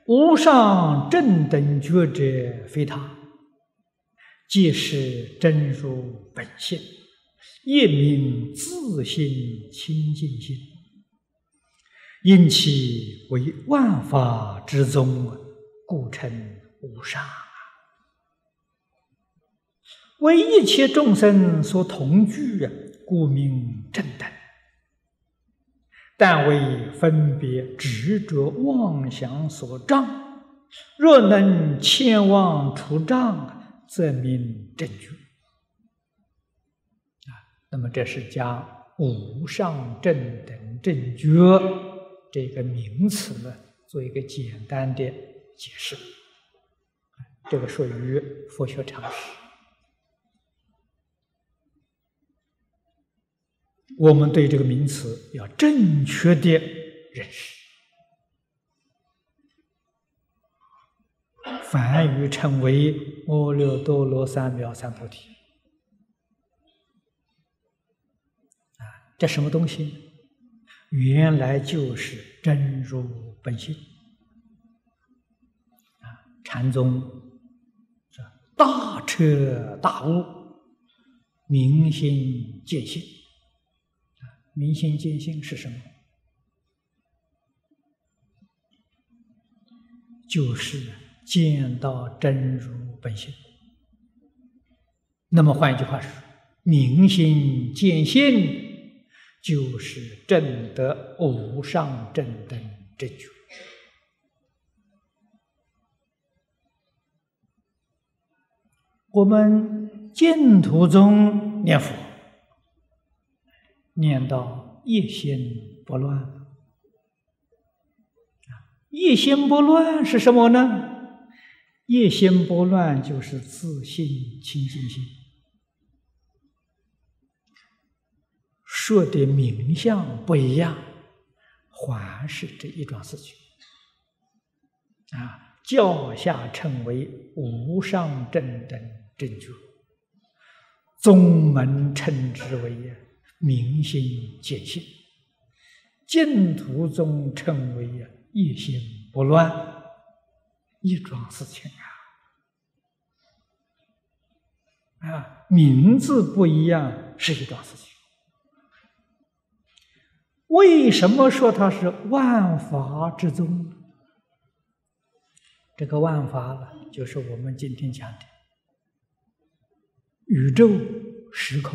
无上正等觉者非他，即是真如本性，一名自性清净心，因其为万法之宗，故称无上。为一切众生所同居，故名正等。但为分别执着妄想所障，若能迁妄除障，则名正觉。那么这是将无上正等正觉这个名词呢，做一个简单的解释。这个属于佛学常识。我们对这个名词要正确的认识，梵语称为阿耨多罗三藐三菩提。这什么东西？原来就是真如本性。禅宗大彻大悟，明心见性。明心见性是什么？就是见到真如本性。那么换一句话说，明心见性就是证得无上正等正觉。我们净土中念佛，念到一心不乱。一心不乱是什么呢？一心不乱就是自性清净心。说的名相不一样，还是这一桩事情。教下称为无上正等正觉，宗门称之为明心见性，净土中称为一心不乱，一桩事情名字不一样是一桩事情。为什么说它是万法之宗？这个万法就是我们今天讲的宇宙时空，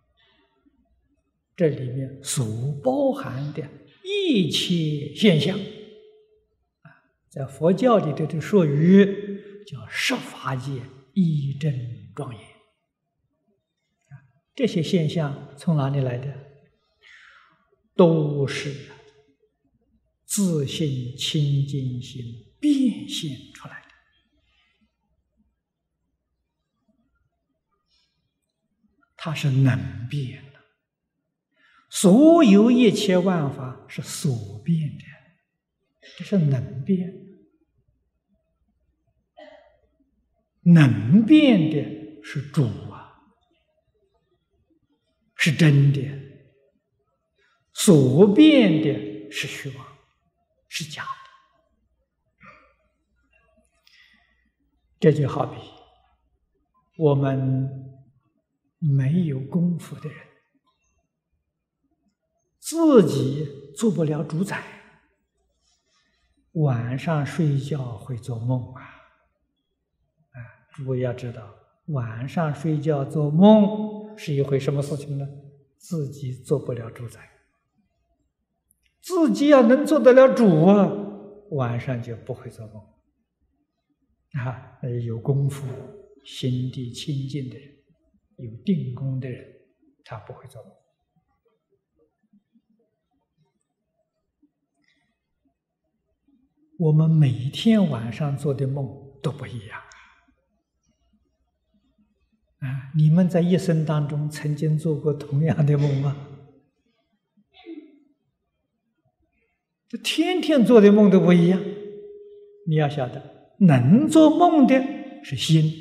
这里面所包含的一切现象，在佛教里头的术语叫十法界一真庄严。这些现象从哪里来的？都是自性清净心变现出来的。它是能变的，所有一切万法是所变的，这是能变。能变的是主是真的，所变的是虚妄，是假的。这就好比我们没有功夫的人，自己做不了主宰，晚上睡觉会做梦诸位要知道，晚上睡觉做梦是一回什么事情呢？自己做不了主宰。自己要能做得了主晚上就不会做梦有功夫、心地清净的人，有定功的人，他不会做梦。我们每天晚上做的梦都不一样你们在一生当中曾经做过同样的梦吗？这天天做的梦都不一样。你要晓得，能做梦的是心，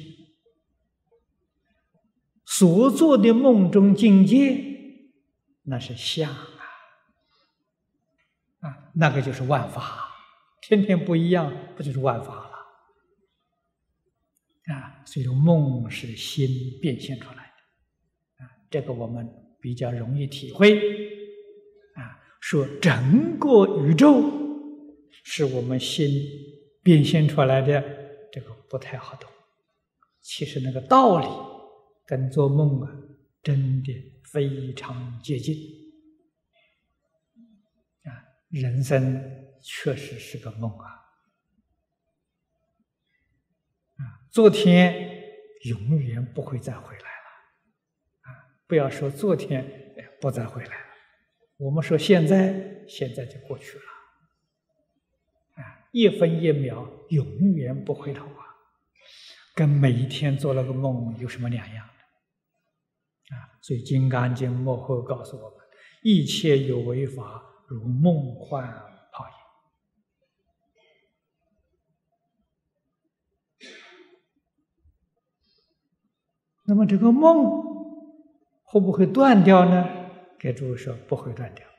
所做的梦中境界那是相那个就是万法。 天天不一样，不就是万法了？所以说梦是心变现出来的，这个我们比较容易体会。说整个宇宙是我们心变现出来的，这个不太好懂。其实那个道理跟做梦真的非常接近。人生确实是个梦昨天永远不会再回来了不要说昨天不再回来了，我们说现在就过去了一分一秒永远不回头跟每一天做了个梦有什么两样所以《金刚经》末后告诉我们：一切有为法，如梦幻泡影。那么这个梦会不会断掉呢？给诸位说不会断掉。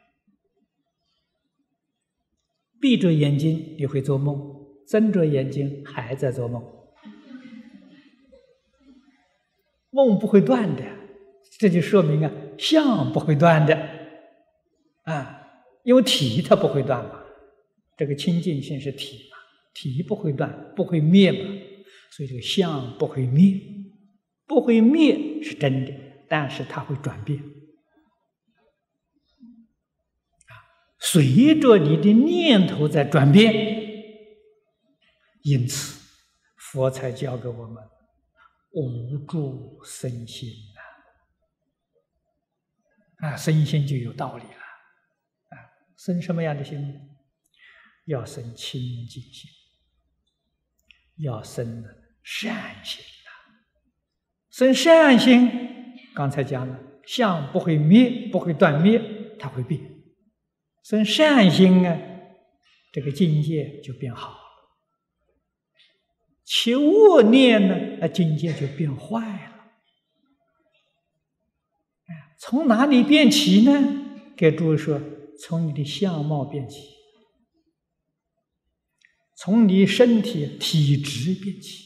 闭着眼睛你会做梦，睁着眼睛还在做梦，梦不会断的。这就说明相不会断的因为体它不会断嘛，这个清净心是体嘛，体不会断，不会灭嘛，所以这个相不会灭，不会灭是真的，但是它会转变随着你的念头在转变，因此佛才教给我们无住生心生心就有道理了生什么样的心？要生清净心，要生善心生善心，刚才讲了，相不会灭，不会断灭，它会变。生善心这个境界就变好了。起恶念呢，境界就变坏了。从哪里变起呢？给诸位说，从你的相貌变起，从你身体体质变起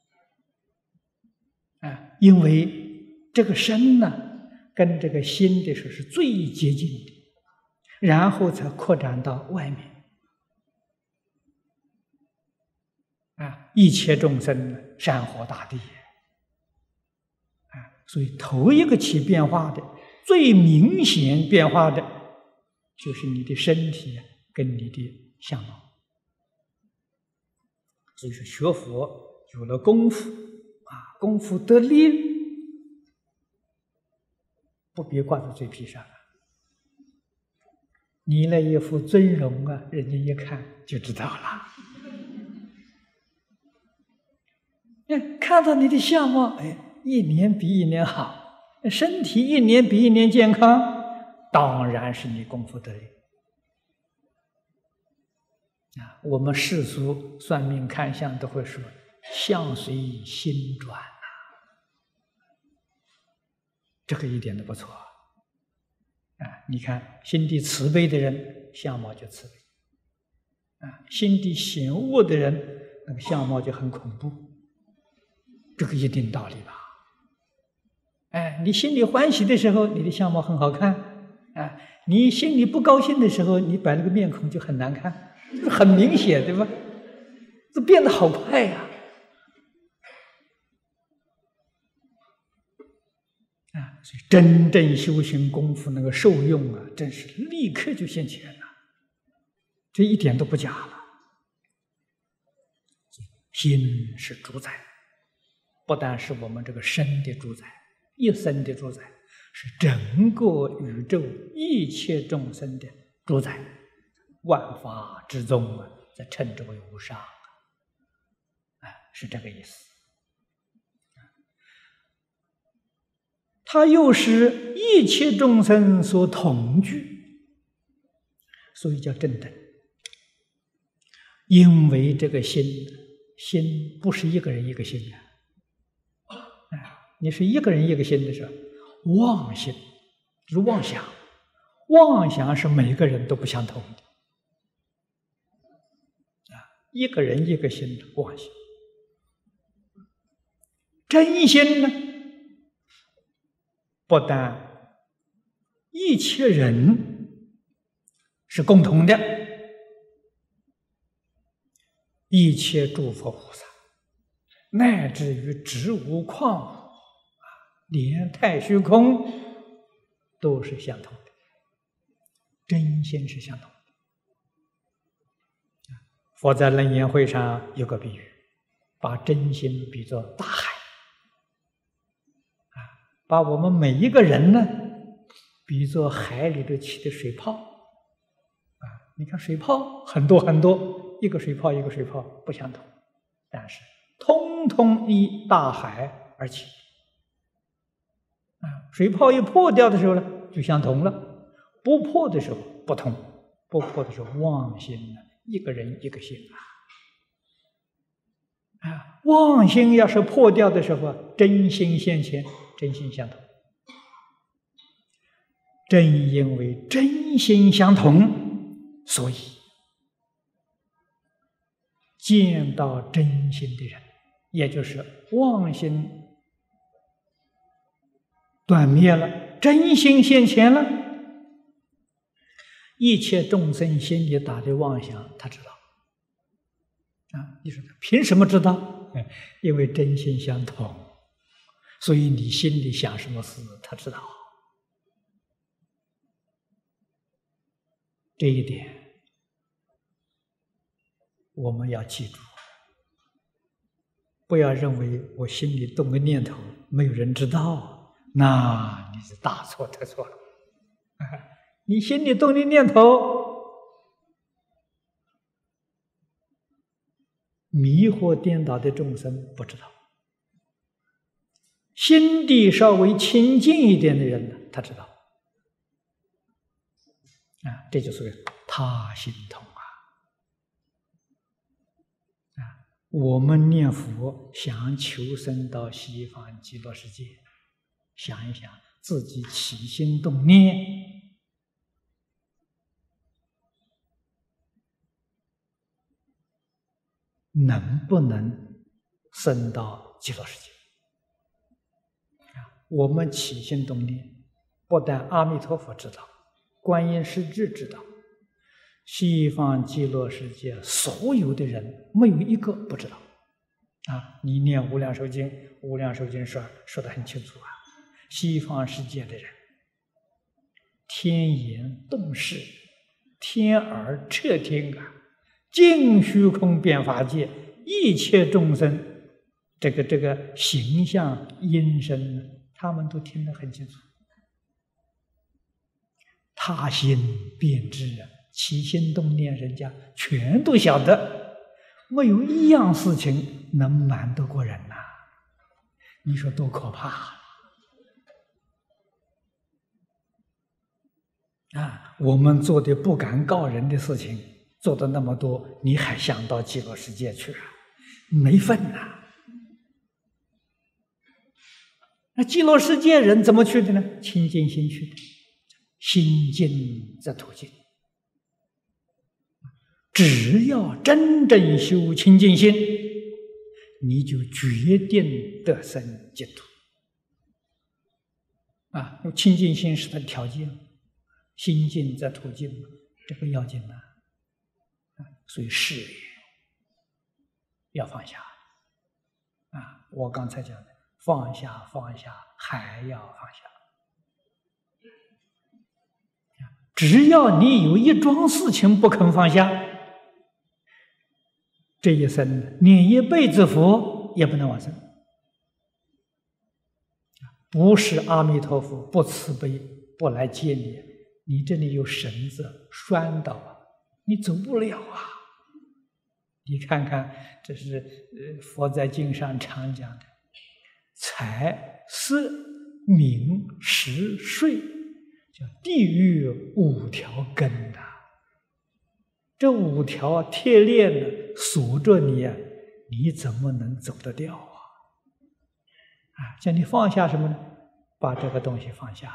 因为这个身跟这个心的时候是最接近的，然后才扩展到外面一切众生山河大地所以头一个起变化的最明显变化的就是你的身体跟你的相貌。所以说学佛有了功夫功夫得力，不必挂在嘴皮上你那一副尊容人家一看就知道了。看到你的相貌，一年比一年好，身体一年比一年健康，当然是你功夫得力我们世俗算命看相都会说相随心转这个一点都不错你看心地慈悲的人相貌就慈悲心地险恶的人那个相貌就很恐怖，这个一定道理吧你心里欢喜的时候你的相貌很好看你心里不高兴的时候你摆了个面孔就很难看，这很明显对吧？这变得好快所以真正修行功夫那个受用真是立刻就现前了，这一点都不假了。心是主宰，不但是我们这个身的主宰，一生的主宰，是整个宇宙一切众生的主宰。万法之宗则称之为无上是这个意思。它又是一切众生所同居，所以叫正等。因为这个心不是一个人一个心你是一个人一个心的时候，妄心就是妄想，妄想是每个人都不相同的一个人一个心，妄心。真心呢，不但一切人是共同的，一切诸佛菩萨，乃至于植物矿物，连太虚空都是相同的，真心是相同的。佛在楞严会上有个比喻，把真心比作大海，把我们每一个人呢比作海里头起的水泡。你看水泡很多很多，一个水泡一个水泡不相同，但是通通依大海而起。水泡一破掉的时候呢，就相同了；不破的时候不同，不破的时候妄心呢，一个人一个心妄心要是破掉的时候，真心现前，真心相同。正因为真心相同，所以见到真心的人，也就是妄心断灭了，真心现前了，一切众生心里打的妄想，他知道。你说他凭什么知道？因为真心相同，所以你心里想什么事，他知道。这一点我们要记住，不要认为我心里动个念头没有人知道，那你是大错特错了。你心里动的念头，迷惑颠倒的众生不知道，心地稍微清净一点的人呢，他知道。这就是他心通我们念佛想求生到西方极乐世界，想一想自己起心动念，能不能升到极乐世界？我们起心动念，不但阿弥陀佛知道，观音师智知道，西方极乐世界所有的人没有一个不知道。你念《无量寿经》，《无量寿经》说得很清楚西方世界的人，天眼洞视，天耳彻听尽虚空遍法界，一切众生这个形象音声，他们都听得很清楚。他心便知起心动念，人家全都晓得，没有一样事情能瞒得过人你说多可怕我们做的不敢告人的事情做的那么多，你还想到极乐世界去没份那极乐世界人怎么去的呢？清净心去的，心净则土净。只要真正修清净心，你就决定得生净土用清净心是它的条件，心净则土净，这个要紧所以事业要放下我刚才讲的放下放下还要放下。只要你有一桩事情不肯放下，这一生念一辈子佛也不能往生。不是阿弥陀佛不慈悲不来接你，你这里有绳子拴到你走不了你看看，这是佛在经上常讲的财色名食睡，叫地狱5条根这5条铁链锁着你你怎么能走得掉叫你放下什么呢？把这个东西放下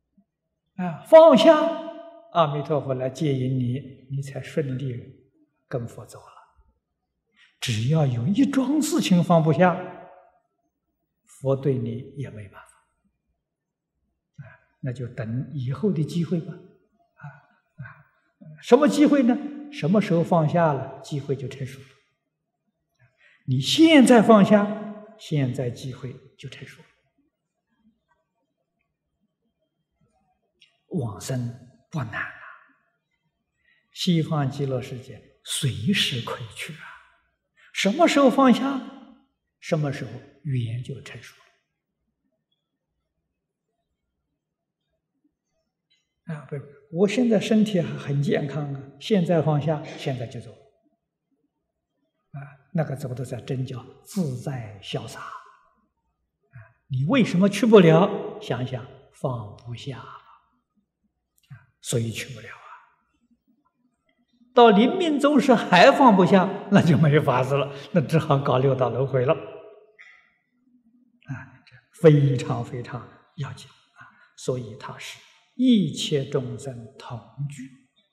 放下，阿弥陀佛来接引你，你才顺利跟佛走了。只要有一桩事情放不下，佛对你也没办法。那就等以后的机会吧。什么机会呢？什么时候放下了，机会就成熟了。你现在放下，现在机会就成熟了。往生不难啊，西方极乐世界随时可以去啊。什么时候放下，什么时候缘就成熟了。不是，我现在身体很健康啊，现在放下，现在就走。那个走的才真叫自在潇洒。你为什么去不了？想想放不下了，所以去不了啊。到临命终时还放不下，那就没法子了，那只好搞六道轮回了。这非常非常要紧啊！所以它是一切众生同居，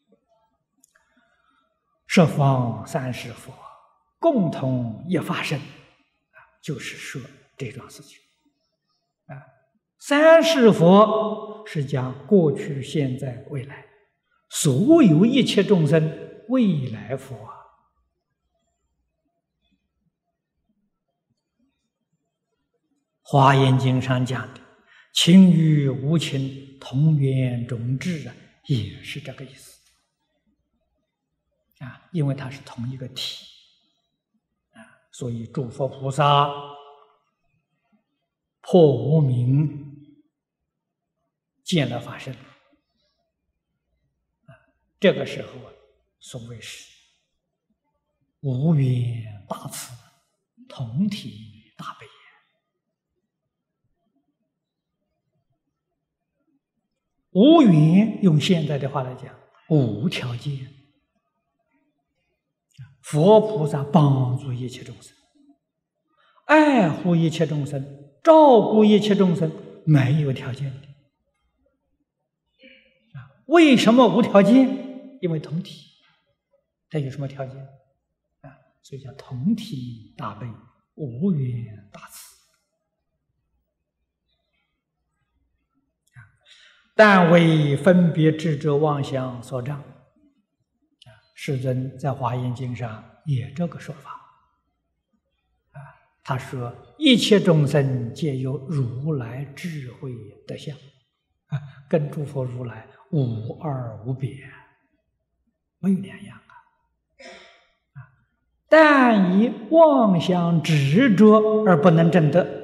十方三世佛共同一法身，就是说这桩事情。三世佛是讲过去、现在、未来，所有一切众生未来佛啊。华严经上讲的情与无情同源种智啊，也是这个意思因为它是同一个体所以诸佛菩萨破无明，见了法身这个时候所谓是无缘大慈，同体大悲。无缘用现在的话来讲，无条件。佛菩萨帮助一切众生，爱护一切众生，照顾一切众生，没有条件的。为什么无条件？因为同体，它有什么条件所以叫同体大悲，无缘大慈。但为分别执着妄想所障，世尊在华严经上也这个说法他说一切众生皆有如来智慧德相跟诸佛如来无二无别，没有两样但以妄想执着而不能证得。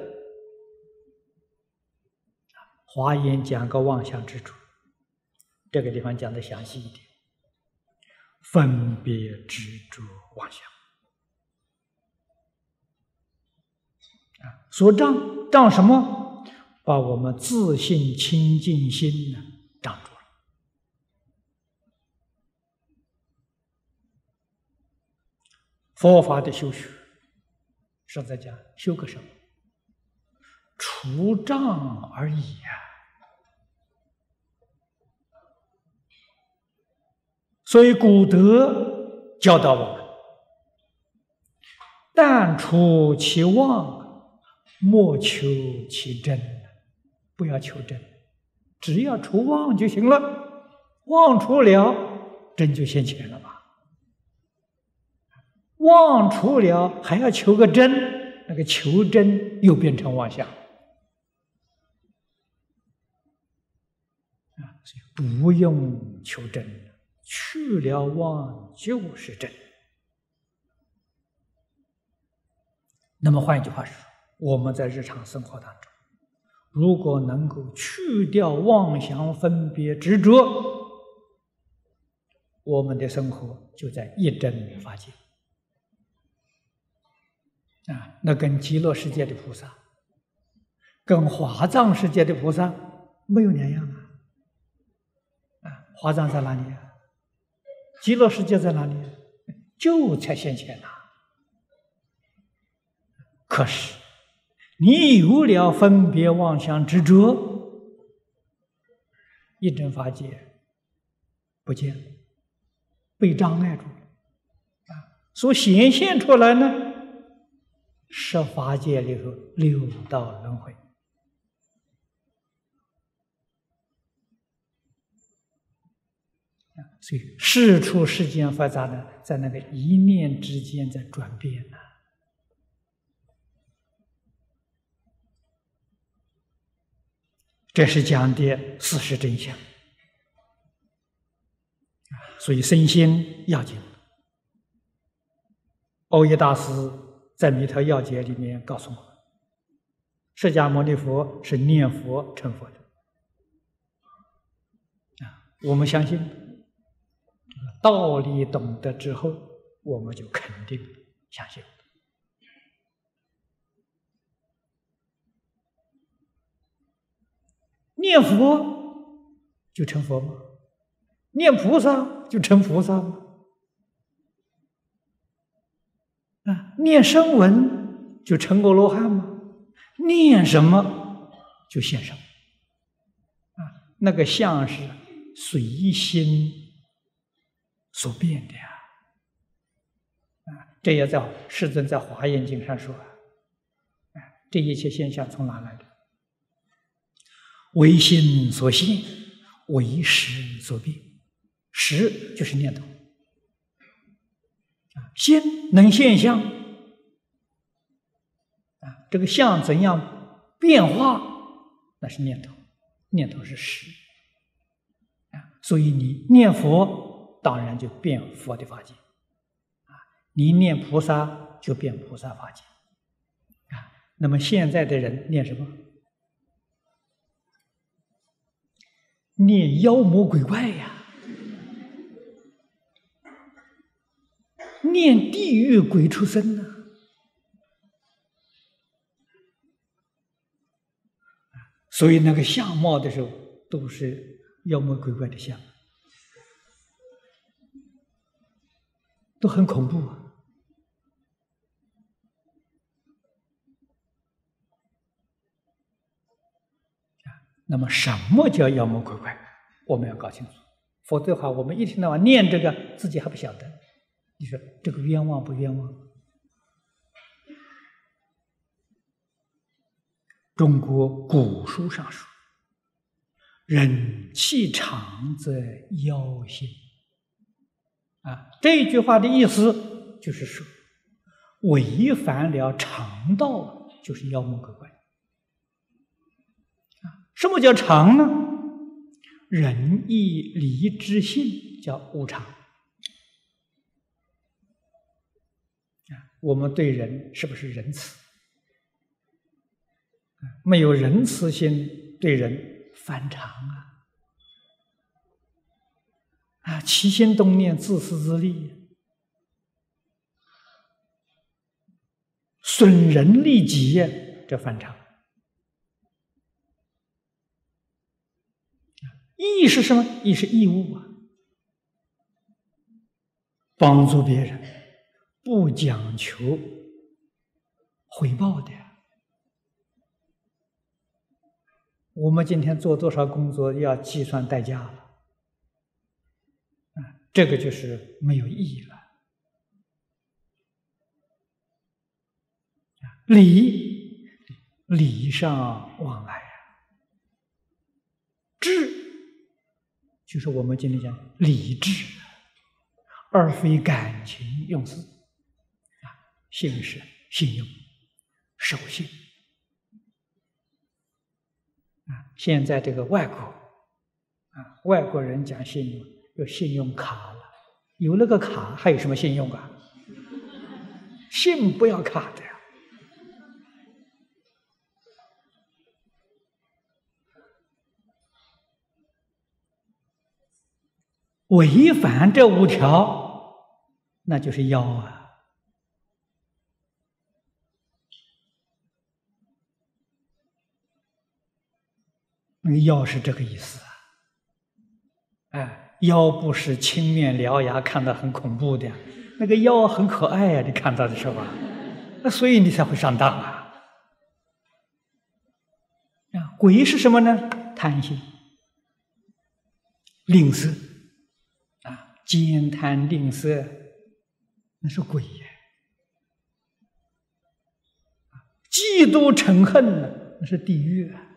华严讲个妄想执着，这个地方讲的详细一点，分别执着妄想所障什么？把我们自信清净心障住了。佛法的修学是在讲修个什么？除障而已所以古德教导我们，但除其妄，莫求其真。不要求真，只要除妄就行了。妄除了，真就现前了吧？妄除了，还要求个真，那个求真又变成妄想所以不用求真，去了妄就是真。那么换一句话说，我们在日常生活当中，如果能够去掉妄想分别执着，我们的生活就在一真法界那跟极乐世界的菩萨，跟华藏世界的菩萨没有两样华藏在哪里极乐世界在哪里就在现前可是你有了分别妄想执着，一真法界不见，被障碍住了所显现出来呢，十法界里头六道轮回。所以事出世间复杂呢，在那个一念之间在转变呢。这是讲的事实真相。所以身心要紧。欧耶大师在《弥陀要解》里面告诉我们，释迦牟尼佛是念佛成佛的。我们相信道理懂得之后，我们就肯定相信。念佛就成佛吗？念菩萨就成菩萨吗？念声闻就成阿罗汉吗？念什么就现什么。那个相是随心所变的呀。这也在世尊在《华严经》上说，这一切现象从哪来的？唯心所现，唯识所变。识就是念头，心能现象，这个相怎样变化，那是念头，念头是识。所以你念佛，当然就变佛的法界，你念菩萨就变菩萨法界。那么现在的人念什么？念妖魔鬼怪呀，念地狱鬼畜生呢。所以那个相貌的时候，都是妖魔鬼怪的相，都很恐怖啊。那么什么叫妖魔鬼怪？我们要搞清楚，否则的话，我们一天到晚念这个，自己还不晓得。你说这个冤枉不冤枉？中国古书上说：“人气长则妖性。”这一句话的意思就是说，违反了常道，就是妖魔鬼怪。什么叫常呢？仁义礼智信叫无常。我们对人是不是仁慈？没有仁慈心，对人反常起心动念，自私自利，损人利己，这反常。义是什么？义是义务帮助别人，不讲求回报的。我们今天做多少工作要计算代价了，这个就是没有意义了。礼尚往来智就是我们今天讲理智，而非感情用事。信是信用，守信。现在这个外国外国人讲信用，有信用卡了，有那个卡还有什么信用啊？信不要卡的呀。违反这5条，那就是妖啊！那个妖是这个意思妖不是青面獠牙看到很恐怖的，那个妖很可爱你看到的时候那所以你才会上当鬼是什么呢？贪心、吝啬。奸贪吝啬那是鬼呀；嫉妒嗔恨呢，那是地狱啊。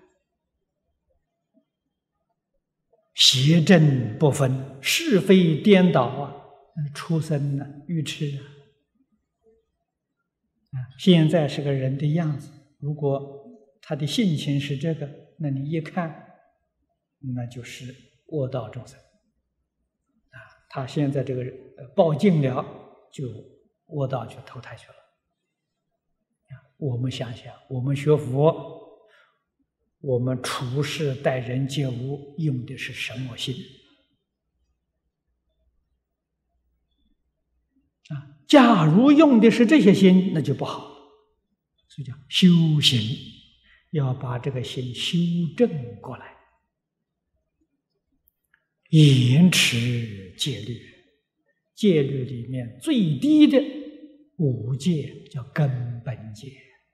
邪正不分，是非颠倒啊，畜生啊，愚痴啊。现在是个人的样子，如果他的性情是这个，那你一看，那就是恶道众生啊。他现在这个报尽了，就恶道去投胎去了。我们想想，我们学佛，我们处事待人接物用的是什么心啊？假如用的是这些心，那就不好了。所以叫修行，要把这个心修正过来。严持戒律，戒律里面最低的五戒叫根本戒。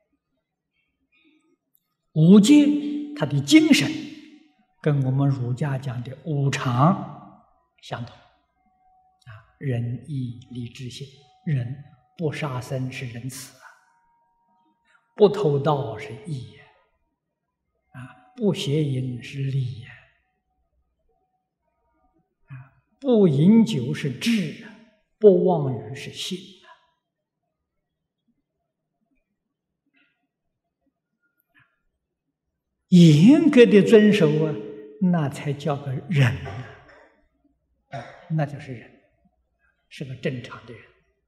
五戒它的精神跟我们儒家讲的五常相同啊，仁义礼智信。仁不杀生是仁慈啊，不偷盗是义呀，啊，不邪淫是礼呀，啊，不饮酒是智啊，不妄语是信啊。严格的遵守啊，那才叫个人啊，那就是人，是个正常的人。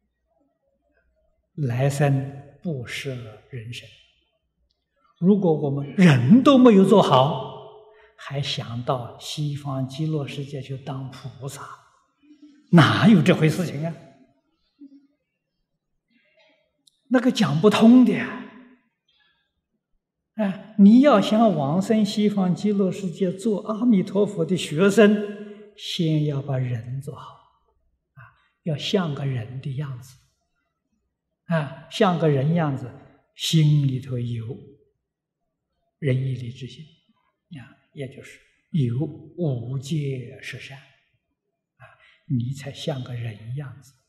来生不舍人生。如果我们人都没有做好，还想到西方极乐世界去当菩萨，哪有这回事情啊？那个讲不通的呀！你要想往生西方极乐世界做阿弥陀佛的学生，先要把人做好啊，要像个人的样子啊，像个人样子，心里头有仁义礼智信啊，也就是有五戒十善啊，你才像个人样子。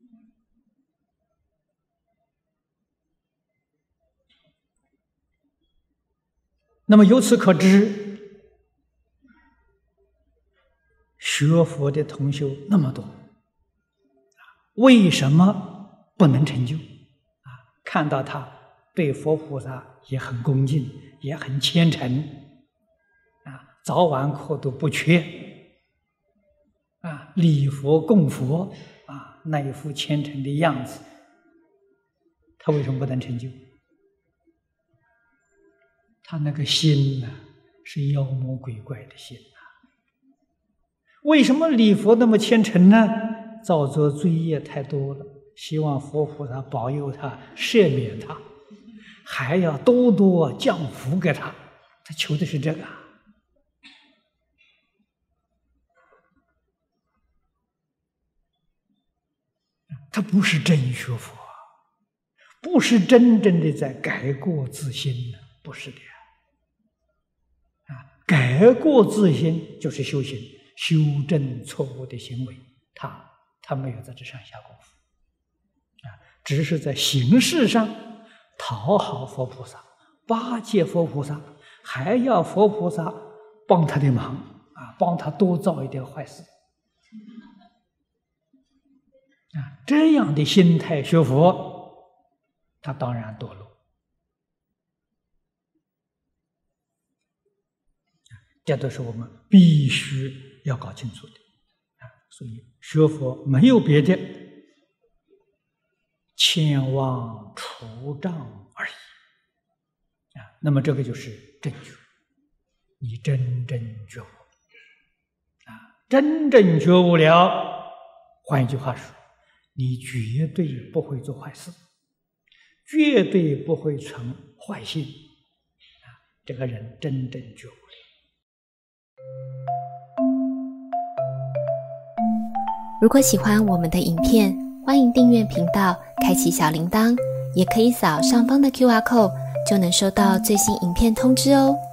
那么由此可知，学佛的同修那么多，为什么不能成就？看到他对佛菩萨也很恭敬，也很虔诚，早晚课都不缺，礼佛供佛，那一副虔诚的样子，他为什么不能成就？他那个心呢，是妖魔鬼怪的心啊。为什么礼佛那么虔诚呢？造作罪业太多了，希望佛菩萨保佑他，赦免他，还要多多降福给他，他求的是这个。他不是真学佛，不是真正的在改过自新呢，不是的。改过自新就是修行，修正错误的行为，他没有在这上下功夫，只是在形式上讨好佛菩萨，巴结佛菩萨，还要佛菩萨帮他的忙帮他多造一点坏事这样的心态学佛，他当然堕落。这都是我们必须要搞清楚的所以学佛没有别的，千望除障而已那么这个就是正觉，你真正觉悟真正觉悟了，换一句话说，你绝对不会做坏事，绝对不会存坏心这个人真正觉悟了。 如果喜欢我们的影片，欢迎订阅频道，开启小铃铛，也可以扫上方的 QR code，就能收到最新影片通知哦。